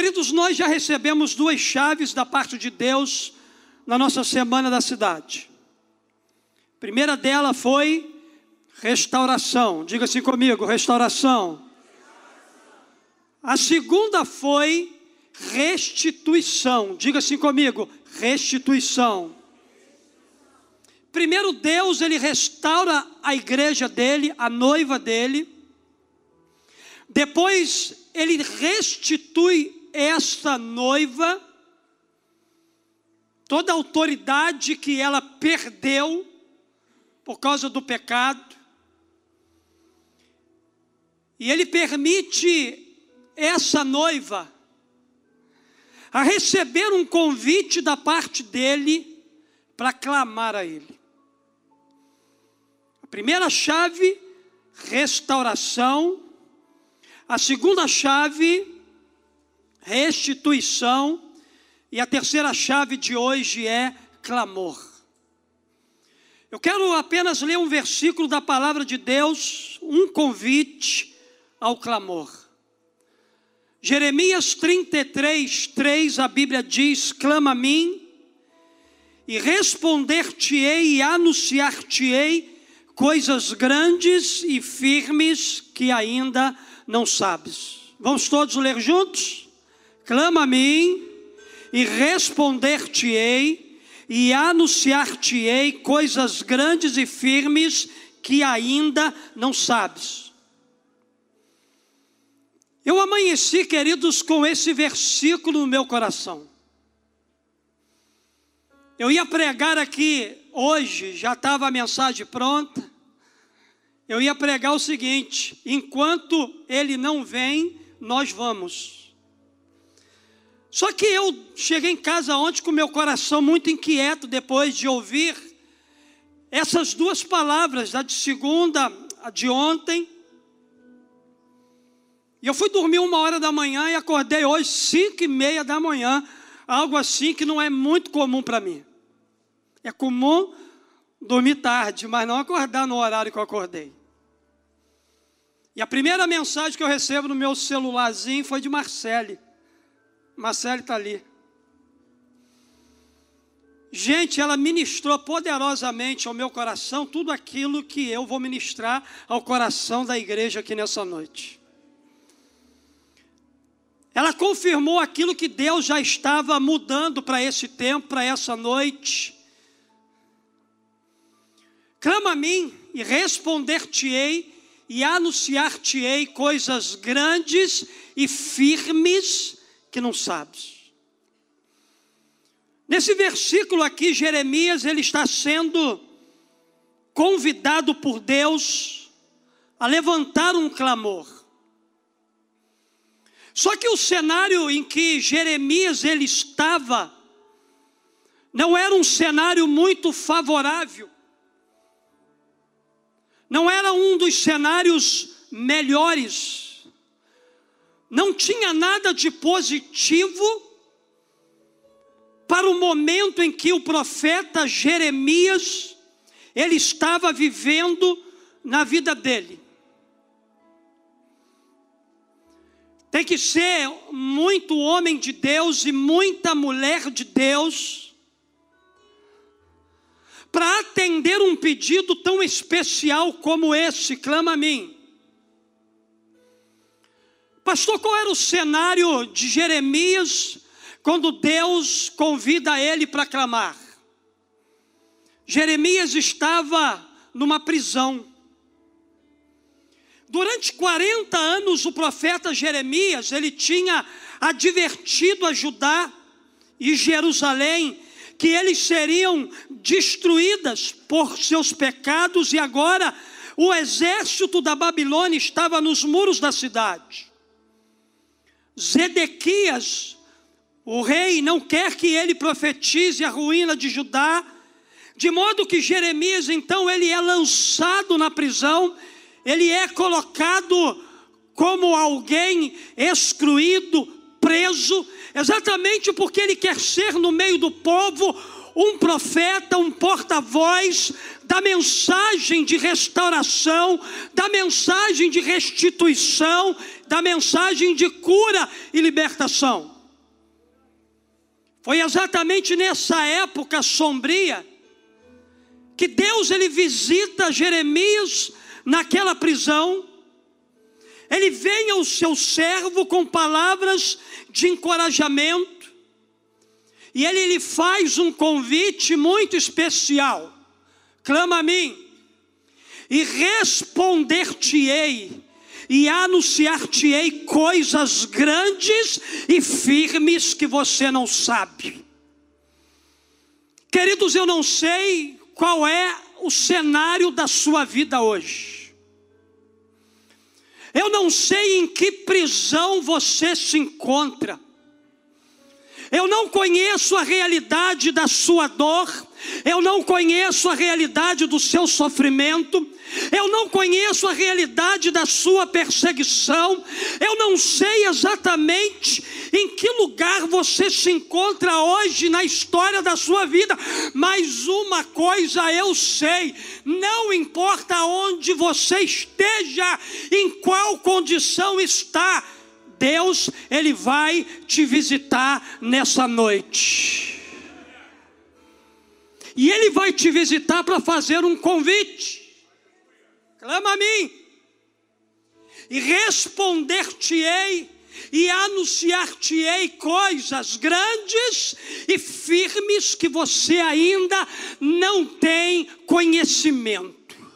Queridos, nós já recebemos 2 chaves da parte de Deus na nossa Semana da Cidade. A primeira dela foi restauração. Diga assim comigo, restauração. A segunda foi restituição. Diga assim comigo, restituição. Primeiro, Deus, Ele restaura a igreja dele, a noiva dele. Depois, Ele restitui essa noiva, toda a autoridade que ela perdeu por causa do pecado. E Ele permite essa noiva a receber um convite da parte dele para clamar a Ele. A primeira chave, restauração. A segunda chave, restituição. E a terceira chave de hoje é clamor. Eu quero apenas ler um versículo da palavra de Deus, um convite ao clamor. Jeremias 33:3, a Bíblia diz: clama a mim, e responder-te-ei e anunciar-te-ei coisas grandes e firmes que ainda não sabes. Vamos todos ler juntos? Clama a mim, e responder-te-ei e anunciar-te-ei coisas grandes e firmes que ainda não sabes. Eu amanheci, queridos, com esse versículo no meu coração. Eu ia pregar aqui hoje, já estava a mensagem pronta. Eu ia pregar o seguinte: enquanto Ele não vem, nós vamos. Só que eu cheguei em casa ontem com meu coração muito inquieto, depois de ouvir essas 2 palavras, a de segunda, a de ontem. E eu fui dormir 1h da manhã e acordei hoje 5h30 da manhã, algo assim que não é muito comum para mim. É comum dormir tarde, mas não acordar no horário que eu acordei. E a primeira mensagem que eu recebo no meu celularzinho foi de Marcele. Marcele está ali. Gente, ela ministrou poderosamente ao meu coração tudo aquilo que eu vou ministrar ao coração da igreja aqui nessa noite. Ela confirmou aquilo que Deus já estava mudando para esse tempo, para essa noite. Clama a mim e responder-te-ei e anunciar-te-ei coisas grandes e firmes que não sabes. Nesse versículo aqui, Jeremias, ele está sendo convidado por Deus a levantar um clamor. Só que o cenário em que Jeremias ele estava não era um cenário muito favorável. Não era um dos cenários melhores. Não tinha nada de positivo para o momento em que o profeta Jeremias ele estava vivendo na vida dele. Tem que ser muito homem de Deus e muita mulher de Deus para atender um pedido tão especial como esse: clama a mim. Pastor, qual era o cenário de Jeremias quando Deus convida ele para clamar? Jeremias estava numa prisão. Durante 40 anos o profeta Jeremias, ele tinha advertido a Judá e Jerusalém que eles seriam destruídas por seus pecados, e agora o exército da Babilônia estava nos muros da cidade. Zedequias, o rei, não quer que ele profetize a ruína de Judá, de modo que Jeremias, então, ele é lançado na prisão. Ele é colocado como alguém excluído, preso, exatamente porque ele quer ser no meio do povo um profeta, um porta-voz da mensagem de restauração, da mensagem de restituição, da mensagem de cura e libertação. Foi exatamente nessa época sombria que Deus ele visita Jeremias naquela prisão. Ele vem ao seu servo com palavras de encorajamento, e ele lhe faz um convite muito especial: clama a mim, e responder-te-ei, e anunciar-te-ei coisas grandes e firmes que você não sabe. Queridos, eu não sei qual é o cenário da sua vida hoje. Eu não sei em que prisão você se encontra. Eu não conheço a realidade da sua dor. Eu não conheço a realidade do seu sofrimento. Eu não conheço a realidade da sua perseguição. Eu não sei exatamente em que lugar você se encontra hoje na história da sua vida. Mas uma coisa eu sei: não importa onde você esteja, em qual condição está, Deus, ele vai te visitar nessa noite. E ele vai te visitar para fazer um convite. Clama a mim, e responder-te-ei, e anunciar-te-ei coisas grandes e firmes que você ainda não tem conhecimento.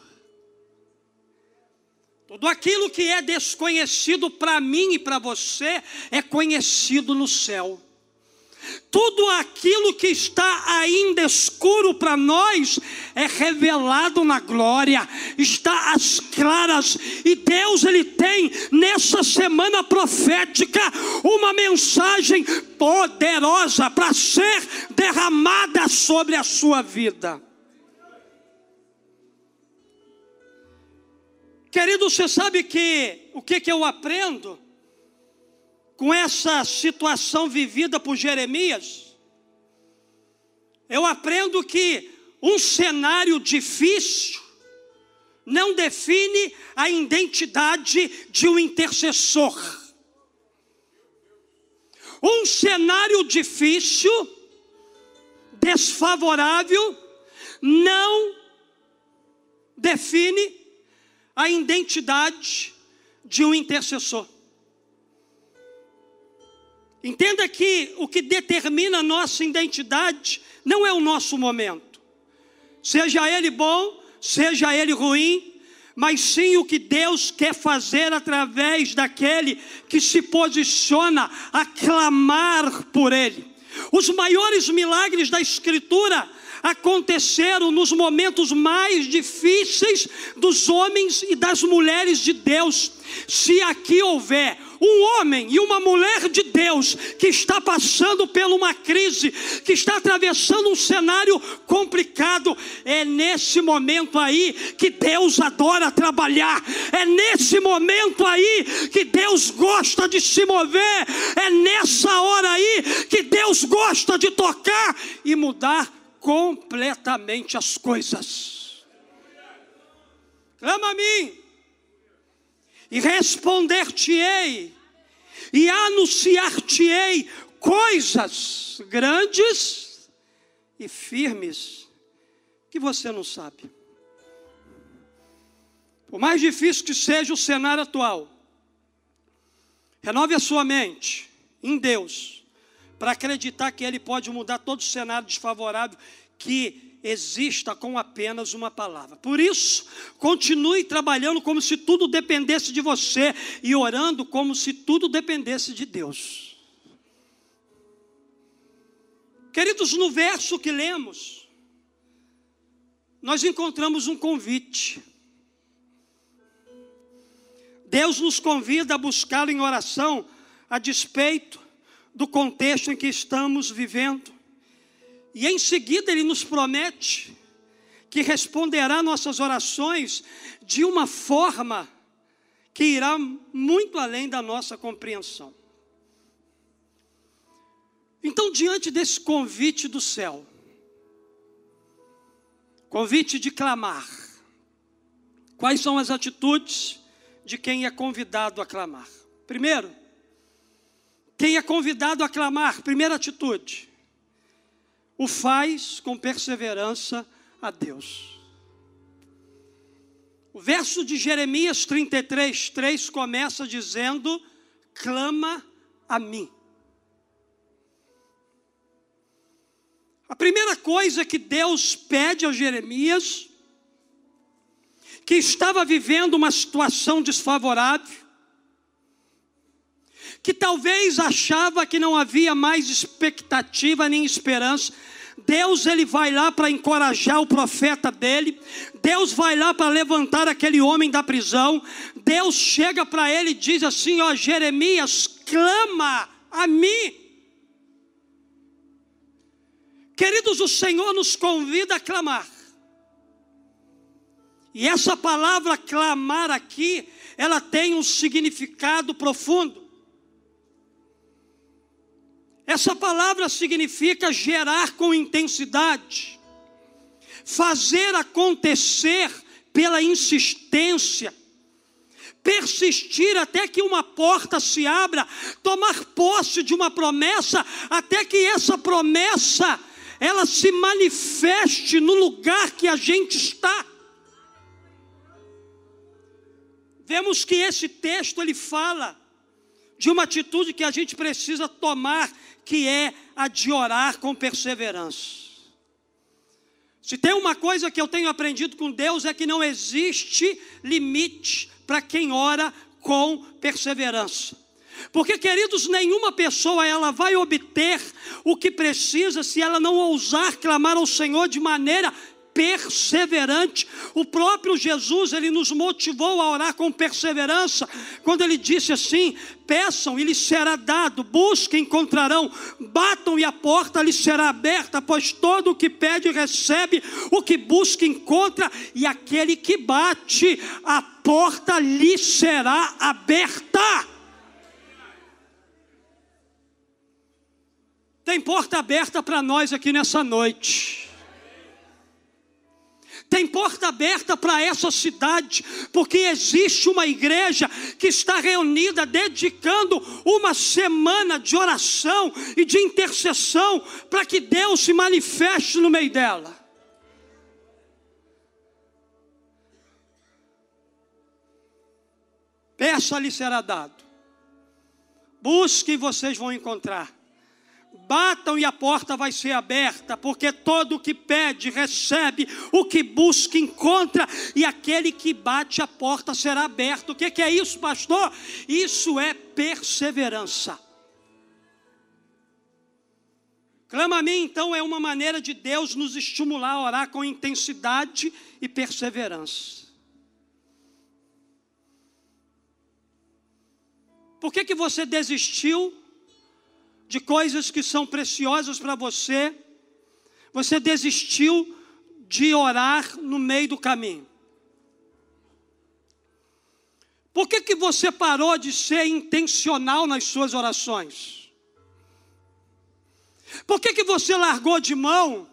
Tudo aquilo que é desconhecido para mim e para você é conhecido no céu. Tudo aquilo que está ainda escuro para nós é revelado na glória, está às claras. E Deus ele tem nessa semana profética uma mensagem poderosa para ser derramada sobre a sua vida. Querido, você sabe que o que eu aprendo com essa situação vivida por Jeremias? Eu aprendo que um cenário difícil não define a identidade de um intercessor. Um cenário difícil, desfavorável, não define a identidade de um intercessor. Entenda que o que determina a nossa identidade não é o nosso momento, seja ele bom, seja ele ruim, mas sim o que Deus quer fazer através daquele que se posiciona a clamar por ele. Os maiores milagres da Escritura aconteceram nos momentos mais difíceis dos homens e das mulheres de Deus. Se aqui houver um homem e uma mulher de Deus que está passando por uma crise, que está atravessando um cenário complicado, é nesse momento aí que Deus adora trabalhar, é nesse momento aí que Deus gosta de se mover, é nessa hora aí que Deus gosta de tocar e mudar completamente as coisas. Clama a mim, e responder-te-ei, e anunciar-te-ei coisas grandes e firmes que você não sabe. Por mais difícil que seja o cenário atual, renove a sua mente em Deus, para acreditar que Ele pode mudar todo o cenário desfavorável que exista com apenas uma palavra. Por isso, continue trabalhando como se tudo dependesse de você e orando como se tudo dependesse de Deus. Queridos, no verso que lemos, nós encontramos um convite. Deus nos convida a buscá-lo em oração, a despeito do contexto em que estamos vivendo. E em seguida Ele nos promete que responderá nossas orações de uma forma que irá muito além da nossa compreensão. Então, diante desse convite do céu, convite de clamar, quais são as atitudes de quem é convidado a clamar? Primeiro, quem é convidado a clamar, primeira atitude, o faz com perseverança a Deus. O verso de Jeremias 33:3 começa dizendo: clama a mim. A primeira coisa que Deus pede a Jeremias, que estava vivendo uma situação desfavorável, que talvez achava que não havia mais expectativa nem esperança, Deus ele vai lá para encorajar o profeta dele, Deus vai lá para levantar aquele homem da prisão, Deus chega para ele e diz assim: ó, Jeremias, clama a mim. Queridos, o Senhor nos convida a clamar. E essa palavra clamar aqui, ela tem um significado profundo. Essa palavra significa gerar com intensidade, fazer acontecer pela insistência, persistir até que uma porta se abra, tomar posse de uma promessa, até que essa promessa ela se manifeste no lugar que a gente está. Vemos que esse texto ele fala de uma atitude que a gente precisa tomar, que é a de orar com perseverança. Se tem uma coisa que eu tenho aprendido com Deus, é que não existe limite para quem ora com perseverança. Porque, queridos, nenhuma pessoa ela vai obter o que precisa se ela não ousar clamar ao Senhor de maneira perseverante. O próprio Jesus, ele nos motivou a orar com perseverança, quando ele disse assim: peçam e lhes será dado, busquem e encontrarão, batam e a porta lhes será aberta, pois todo o que pede recebe, o que busca encontra, e aquele que bate, a porta lhe será aberta. Tem porta aberta para nós aqui nessa noite. Tem porta aberta para essa cidade, porque existe uma igreja que está reunida, dedicando uma semana de oração e de intercessão, para que Deus se manifeste no meio dela. Peça, lhe será dado. Busquem e vocês vão encontrar. Batam e a porta vai ser aberta, porque todo o que pede recebe, o que busca encontra, e aquele que bate a porta será aberta. O que é isso, pastor? Isso é perseverança. Clama a mim, então, é uma maneira de Deus nos estimular a orar com intensidade e perseverança. Por que você desistiu de coisas que são preciosas para você? Você desistiu de orar no meio do caminho? Por que você parou de ser intencional nas suas orações? Por que você largou de mão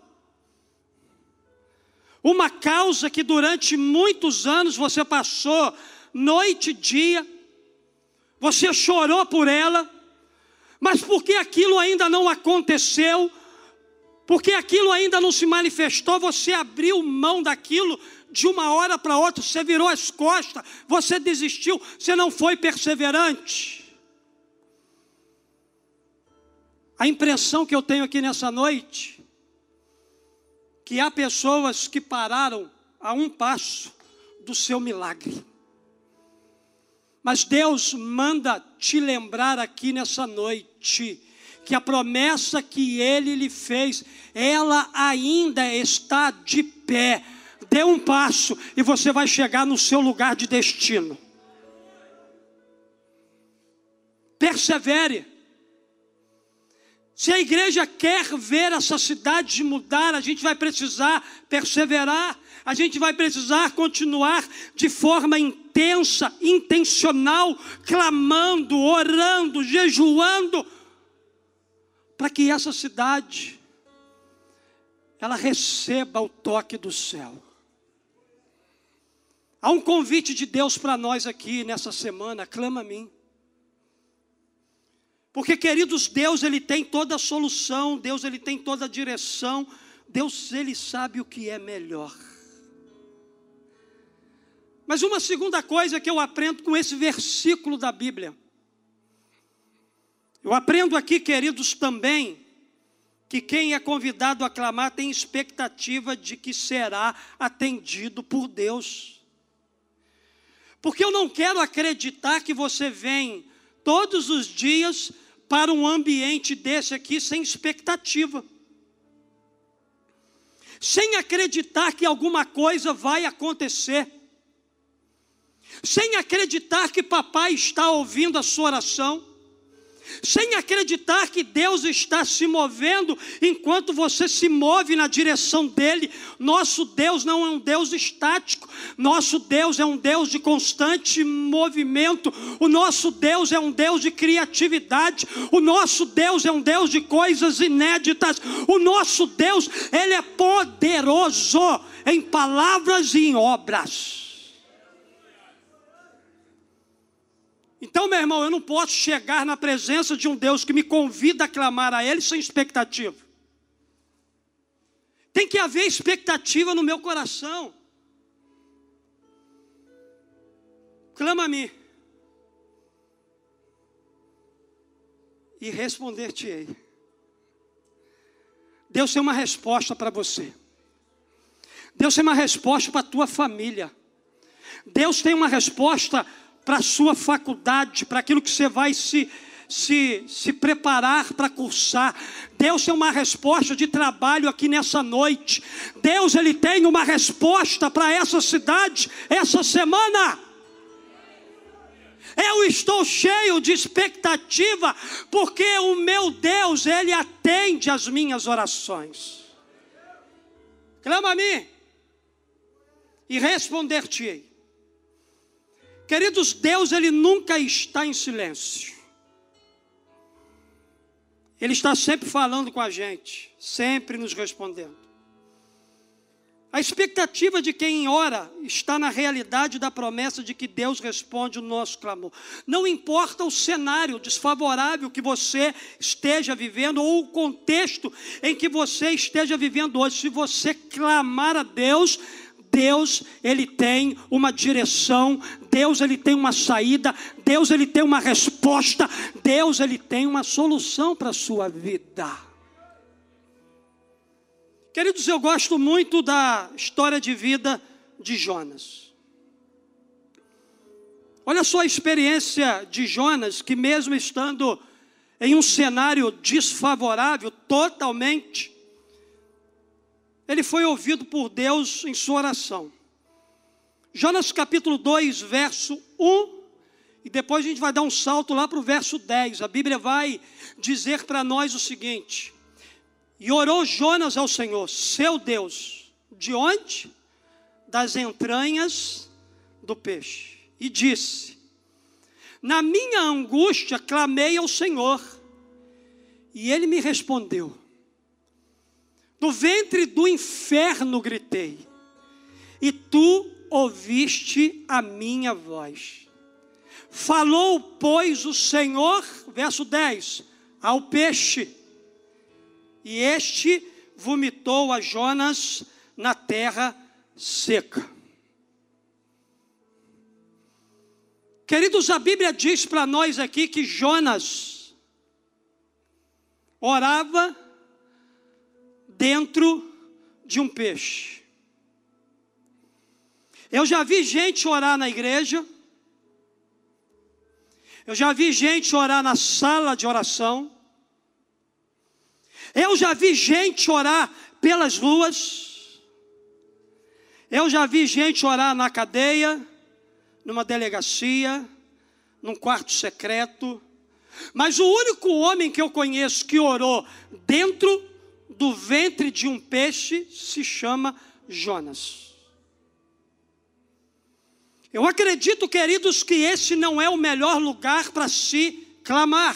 uma causa que durante muitos anos você passou noite e dia, você chorou por ela, mas porque aquilo ainda não aconteceu, porque aquilo ainda não se manifestou, você abriu mão daquilo de uma hora para outra, você virou as costas, você desistiu, você não foi perseverante. A impressão que eu tenho aqui nessa noite, que há pessoas que pararam a um passo do seu milagre. Mas Deus manda te lembrar aqui nessa noite, que a promessa que Ele lhe fez, ela ainda está de pé. Dê um passo e você vai chegar no seu lugar de destino. Persevere. Se a igreja quer ver essa cidade mudar, a gente vai precisar perseverar. A gente vai precisar continuar de forma intensa, intencional, clamando, orando, jejuando, para que essa cidade, ela receba o toque do céu. Há um convite de Deus para nós aqui nessa semana: clama a mim. Porque, queridos, Deus, Ele tem toda a solução, Deus, Ele tem toda a direção, Deus, Ele sabe o que é melhor. Mas uma segunda coisa que eu aprendo com esse versículo da Bíblia, eu aprendo aqui, queridos, também, que quem é convidado a clamar tem expectativa de que será atendido por Deus. Porque eu não quero acreditar que você vem todos os dias para um ambiente desse aqui sem expectativa, sem acreditar que alguma coisa vai acontecer, sem acreditar que papai está ouvindo a sua oração, sem acreditar que Deus está se movendo enquanto você se move na direção dEle. Nosso Deus não é um Deus estático, nosso Deus é um Deus de constante movimento, o nosso Deus é um Deus de criatividade, o nosso Deus é um Deus de coisas inéditas, o nosso Deus, Ele é poderoso em palavras e em obras. Então, meu irmão, eu não posso chegar na presença de um Deus que me convida a clamar a Ele sem expectativa. Tem que haver expectativa no meu coração. Clama a mim, e responder-te-ei. Deus tem uma resposta para você. Deus tem uma resposta para a tua família. Deus tem uma resposta para a sua faculdade, para aquilo que você vai se preparar para cursar. Deus tem uma resposta de trabalho aqui nessa noite. Deus, Ele tem uma resposta para essa cidade, essa semana. Eu estou cheio de expectativa, porque o meu Deus, Ele atende as minhas orações. Clama a mim, e responder-te-ei. Queridos, Deus, Ele nunca está em silêncio. Ele está sempre falando com a gente, sempre nos respondendo. A expectativa de quem ora está na realidade da promessa de que Deus responde o nosso clamor. Não importa o cenário desfavorável que você esteja vivendo ou o contexto em que você esteja vivendo hoje, se você clamar a Deus, Deus, Ele tem uma direção, Deus, Ele tem uma saída, Deus, Ele tem uma resposta, Deus, Ele tem uma solução para a sua vida. Queridos, eu gosto muito da história de vida de Jonas. Olha só a experiência de Jonas, que mesmo estando em um cenário desfavorável, totalmente, ele foi ouvido por Deus em sua oração. Jonas capítulo 2, verso 1, e depois a gente vai dar um salto lá para o verso 10. A Bíblia vai dizer para nós o seguinte: e orou Jonas ao Senhor, seu Deus, de onde? Das entranhas do peixe. E disse: na minha angústia clamei ao Senhor, e Ele me respondeu. Do ventre do inferno gritei, e tu ouviste a minha voz. Falou, pois, o Senhor, verso 10, ao peixe, e este vomitou a Jonas na terra seca. Queridos, a Bíblia diz para nós aqui que Jonas orava dentro de um peixe. Eu já vi gente orar na igreja, eu já vi gente orar na sala de oração, eu já vi gente orar pelas ruas, eu já vi gente orar na cadeia, numa delegacia, num quarto secreto, mas o único homem que eu conheço que orou dentro do ventre de um peixe se chama Jonas. Eu acredito, queridos, que esse não é o melhor lugar para se clamar.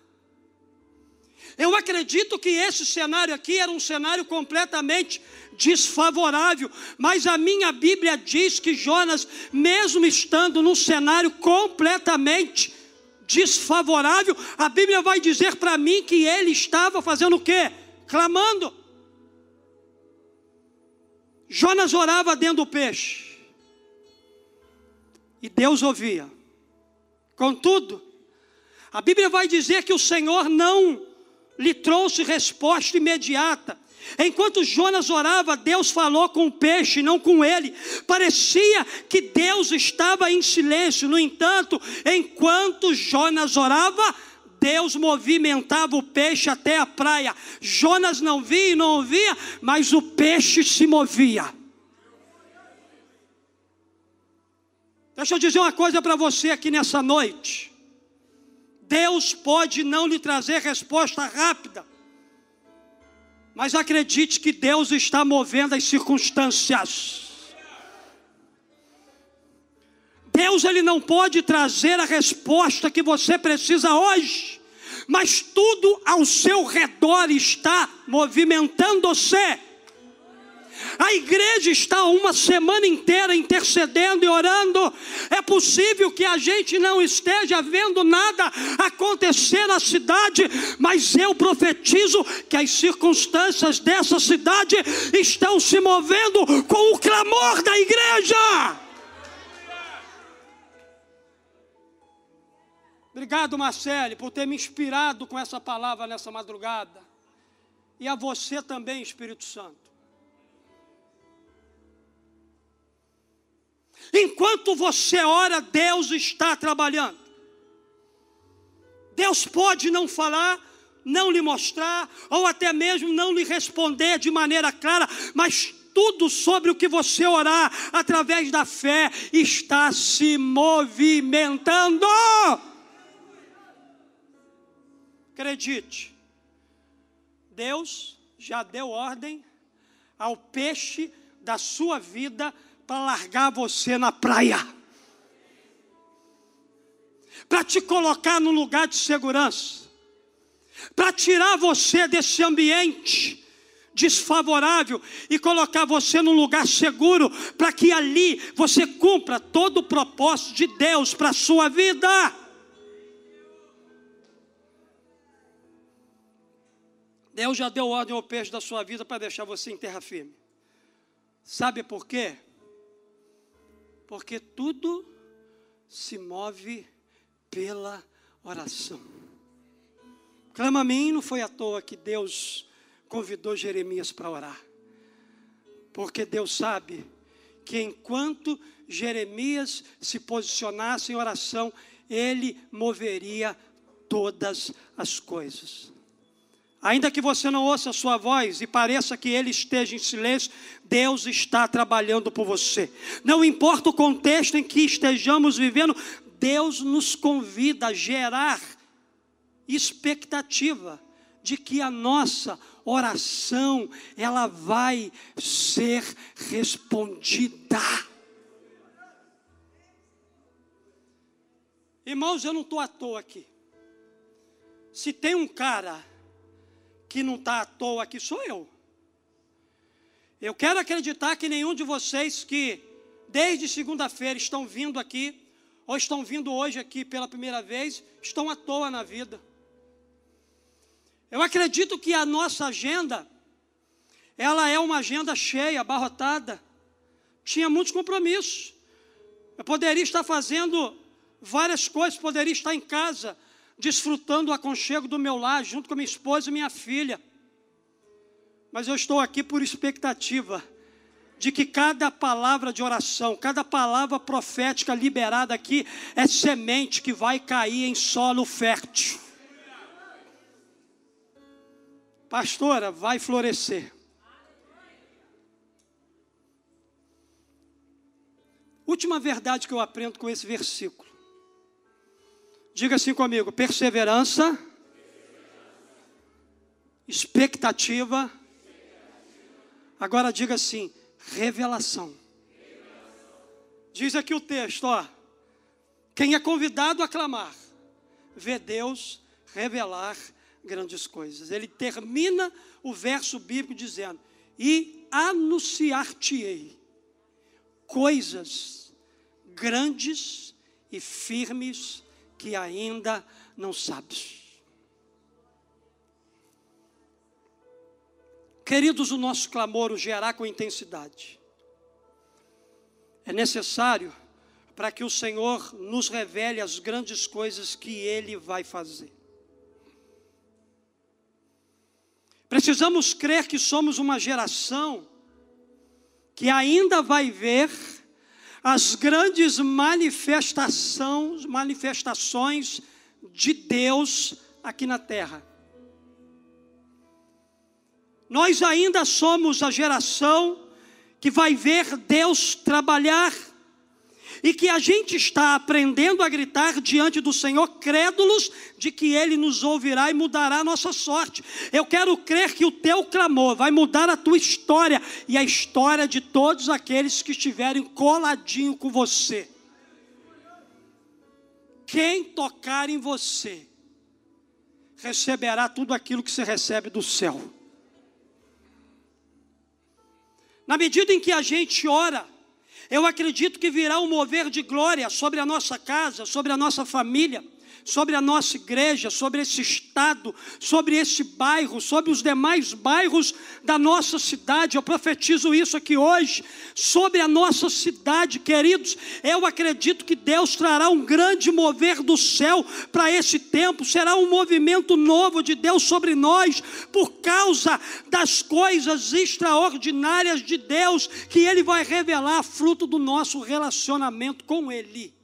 Eu acredito que esse cenário aqui era um cenário completamente desfavorável, mas a minha Bíblia diz que Jonas, mesmo estando num cenário completamente desfavorável, a Bíblia vai dizer para mim que ele estava fazendo o quê? Clamando. Jonas orava dentro do peixe, e Deus ouvia. Contudo, a Bíblia vai dizer que o Senhor não lhe trouxe resposta imediata. Enquanto Jonas orava, Deus falou com o peixe, não com ele. Parecia que Deus estava em silêncio. No entanto, enquanto Jonas orava, Deus movimentava o peixe até a praia. Jonas não via e não ouvia, mas o peixe se movia. Deixa eu dizer uma coisa para você aqui nessa noite. Deus pode não lhe trazer resposta rápida, mas acredite que Deus está movendo as circunstâncias. Deus, ele não pode trazer a resposta que você precisa hoje, mas tudo ao seu redor está movimentando-se. A igreja está uma semana inteira intercedendo e orando. É possível que a gente não esteja vendo nada acontecer na cidade, mas eu profetizo que as circunstâncias dessa cidade estão se movendo com o clamor da igreja. Obrigado, Marcele, por ter me inspirado com essa palavra nessa madrugada. E a você também, Espírito Santo. Enquanto você ora, Deus está trabalhando. Deus pode não falar, não lhe mostrar, ou até mesmo não lhe responder de maneira clara, mas tudo sobre o que você orar, através da fé, está se movimentando. Acredite, Deus já deu ordem ao peixe da sua vida para largar você na praia, para te colocar num lugar de segurança, para tirar você desse ambiente desfavorável e colocar você num lugar seguro, para que ali você cumpra todo o propósito de Deus para a sua vida. Deus já deu ordem ao peixe da sua vida para deixar você em terra firme. Sabe por quê? Porque tudo se move pela oração. Clama a mim, não foi à toa que Deus convidou Jeremias para orar. Porque Deus sabe que enquanto Jeremias se posicionasse em oração, ele moveria todas as coisas. Ainda que você não ouça a sua voz e pareça que ele esteja em silêncio, Deus está trabalhando por você. Não importa o contexto em que estejamos vivendo, Deus nos convida a gerar expectativa de que a nossa oração, ela vai ser respondida. Irmãos, eu não estou à toa aqui. Se tem um cara que não está à toa aqui, sou eu. Eu quero acreditar que nenhum de vocês que desde segunda-feira estão vindo aqui, ou estão vindo hoje aqui pela primeira vez, estão à toa na vida. Eu acredito que a nossa agenda, ela é uma agenda cheia, abarrotada. Tinha muitos compromissos. Eu poderia estar fazendo várias coisas, poderia estar em casa, desfrutando o aconchego do meu lar, junto com minha esposa e minha filha. Mas eu estou aqui por expectativa de que cada palavra de oração, cada palavra profética liberada aqui é semente que vai cair em solo fértil. Pastora, vai florescer. Última verdade que eu aprendo com esse versículo. Diga assim comigo: perseverança, expectativa. Agora diga assim: revelação. Diz aqui o texto, ó. Quem é convidado a clamar, vê Deus revelar grandes coisas. Ele termina o verso bíblico dizendo: e anunciar-te-ei coisas grandes e firmes que ainda não sabes. Queridos, o nosso clamor o gerará com intensidade. É necessário para que o Senhor nos revele as grandes coisas que Ele vai fazer. Precisamos crer que somos uma geração que ainda vai ver as grandes manifestações de Deus aqui na terra. Nós ainda somos a geração que vai ver Deus trabalhar e que a gente está aprendendo a gritar diante do Senhor, crédulos de que Ele nos ouvirá e mudará a nossa sorte. Eu quero crer que o teu clamor vai mudar a tua história e a história de todos aqueles que estiverem coladinho com você. Quem tocar em você, receberá tudo aquilo que você recebe do céu. Na medida em que a gente ora, eu acredito que virá um mover de glória sobre a nossa casa, sobre a nossa família, sobre a nossa igreja, sobre esse estado, sobre esse bairro, sobre os demais bairros da nossa cidade. Eu profetizo isso aqui hoje, sobre a nossa cidade, queridos. Eu acredito que Deus trará um grande mover do céu para esse tempo. Será um movimento novo de Deus sobre nós, por causa das coisas extraordinárias de Deus, que Ele vai revelar fruto do nosso relacionamento com Ele.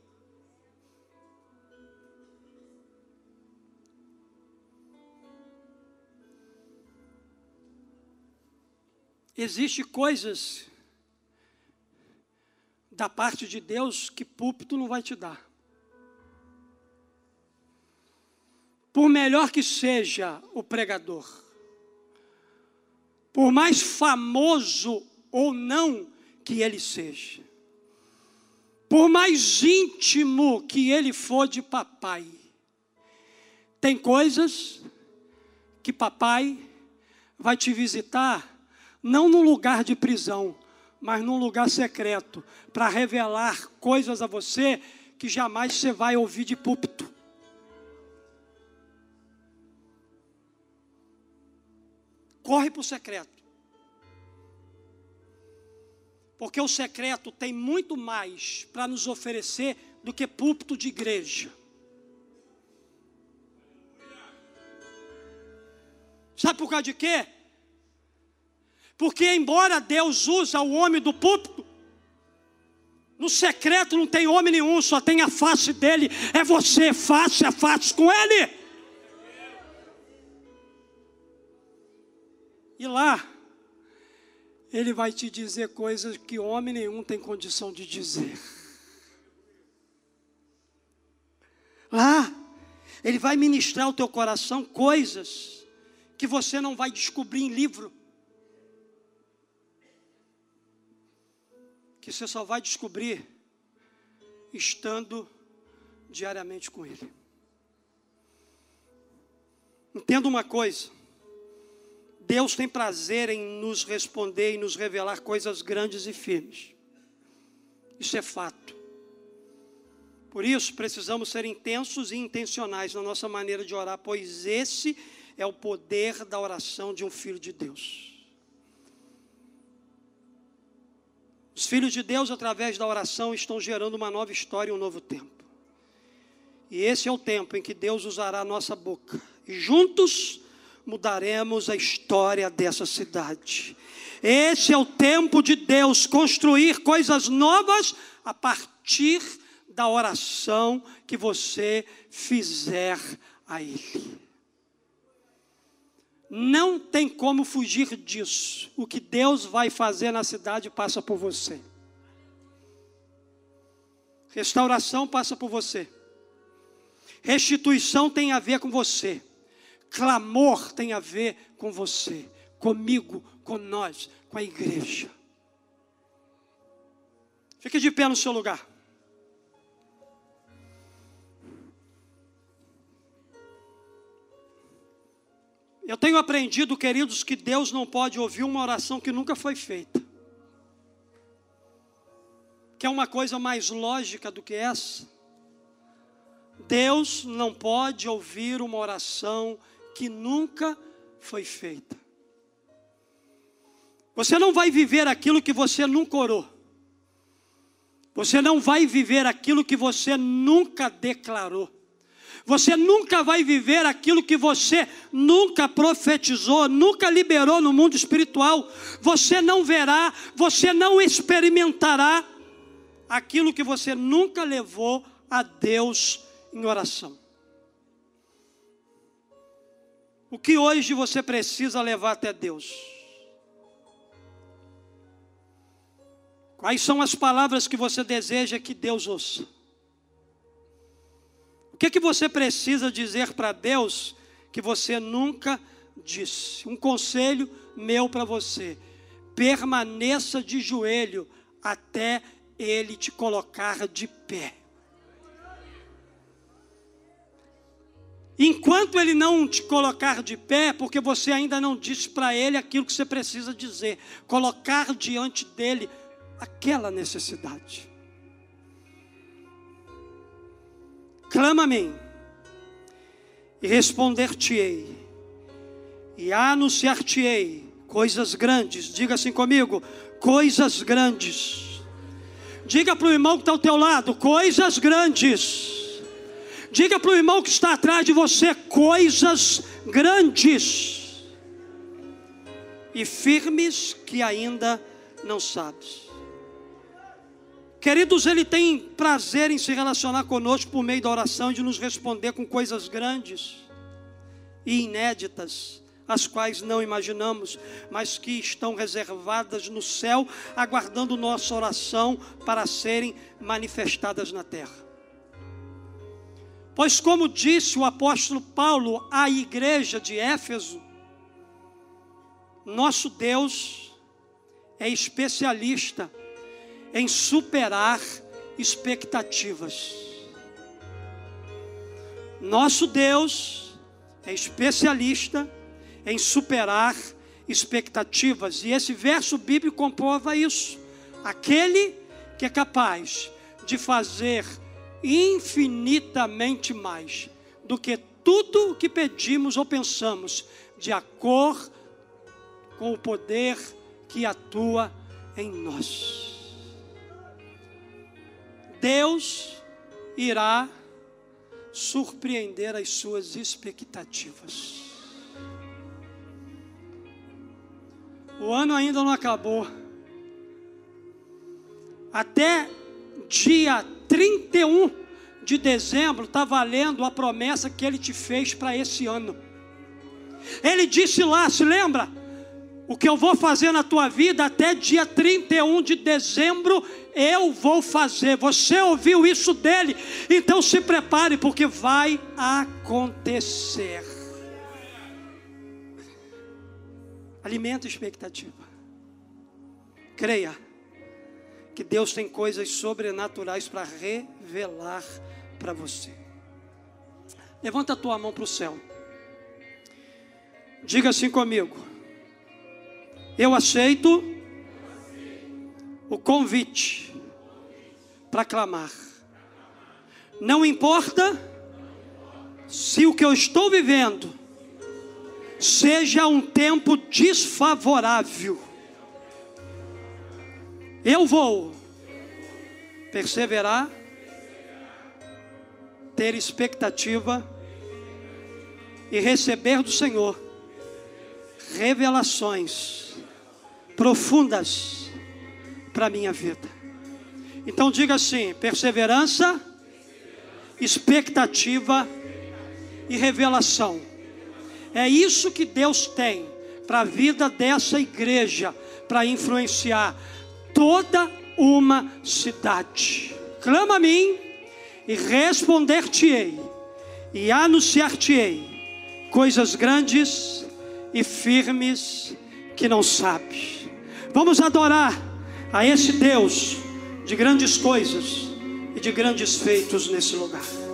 Existem coisas da parte de Deus que púlpito não vai te dar. Por melhor que seja o pregador, por mais famoso ou não que ele seja, por mais íntimo que ele for de papai, tem coisas que papai vai te visitar, não num lugar de prisão, mas num lugar secreto, para revelar coisas a você que jamais você vai ouvir de púlpito. Corre para o secreto. Porque o secreto tem muito mais para nos oferecer do que púlpito de igreja. Sabe por causa de quê? Porque embora Deus usa o homem do púlpito, no secreto não tem homem nenhum, só tem a face dele. É você, face a face com ele. E lá, ele vai te dizer coisas que homem nenhum tem condição de dizer. Lá, ele vai ministrar ao teu coração coisas que você não vai descobrir em livro. Que você só vai descobrir estando diariamente com Ele. Entenda uma coisa: Deus tem prazer em nos responder e nos revelar coisas grandes e firmes. Isso é fato. Por isso, precisamos ser intensos e intencionais na nossa maneira de orar, pois esse é o poder da oração de um filho de Deus. Os filhos de Deus, através da oração, estão gerando uma nova história e um novo tempo. E esse é o tempo em que Deus usará a nossa boca. E juntos mudaremos a história dessa cidade. Esse é o tempo de Deus construir coisas novas a partir da oração que você fizer a Ele. Não tem como fugir disso. O que Deus vai fazer na cidade passa por você. Restauração passa por você. Restituição tem a ver com você. Clamor tem a ver com você, comigo, com nós, com a igreja. Fique de pé no seu lugar. Eu tenho aprendido, queridos, que Deus não pode ouvir uma oração que nunca foi feita. Que é uma coisa mais lógica do que essa. Deus não pode ouvir uma oração que nunca foi feita. Você não vai viver aquilo que você nunca orou. Você não vai viver aquilo que você nunca declarou. Você nunca vai viver aquilo que você nunca profetizou, nunca liberou no mundo espiritual. Você não verá, você não experimentará aquilo que você nunca levou a Deus em oração. O que hoje você precisa levar até Deus? Quais são as palavras que você deseja que Deus ouça? O que você precisa dizer para Deus que você nunca disse? Um conselho meu para você: permaneça de joelho até Ele te colocar de pé. Enquanto Ele não te colocar de pé, porque você ainda não disse para Ele aquilo que você precisa dizer, colocar diante dEle aquela necessidade. Clama-me, e responder-te-ei, e anunciar-te-ei coisas grandes. Diga assim comigo: coisas grandes. Diga para o irmão que está ao teu lado: coisas grandes. Diga para o irmão que está atrás de você: coisas grandes e firmes que ainda não sabes. Queridos, Ele tem prazer em se relacionar conosco por meio da oração e de nos responder com coisas grandes e inéditas, as quais não imaginamos, mas que estão reservadas no céu, aguardando nossa oração para serem manifestadas na terra. Pois, como disse o apóstolo Paulo à igreja de Éfeso, nosso Deus é especialista em superar expectativas. Nosso Deus é especialista em superar expectativas. E esse verso bíblico comprova isso. Aquele que é capaz de fazer infinitamente mais do que tudo o que pedimos ou pensamos, de acordo com o poder que atua em nós. Deus irá surpreender as suas expectativas. O ano ainda não acabou. Até dia 31 de dezembro está valendo a promessa que Ele te fez para esse ano. Ele disse lá, se lembra? O que eu vou fazer na tua vida até dia 31 de dezembro, eu vou fazer. Você ouviu isso dele? Então se prepare, porque vai acontecer. Alimenta a expectativa. Creia que Deus tem coisas sobrenaturais para revelar para você. Levanta a tua mão para o céu. Diga assim comigo: eu aceito o convite para clamar. Não importa se o que eu estou vivendo seja um tempo desfavorável. Eu vou perseverar, ter expectativa e receber do Senhor revelações profundas para a minha vida. Então diga assim: perseverança, expectativa e revelação. É isso que Deus tem para a vida dessa igreja, para influenciar toda uma cidade. Clama a mim e responder-te-ei, e anunciar-te-ei coisas grandes e firmes que não sabes. Vamos adorar a esse Deus de grandes coisas e de grandes feitos nesse lugar.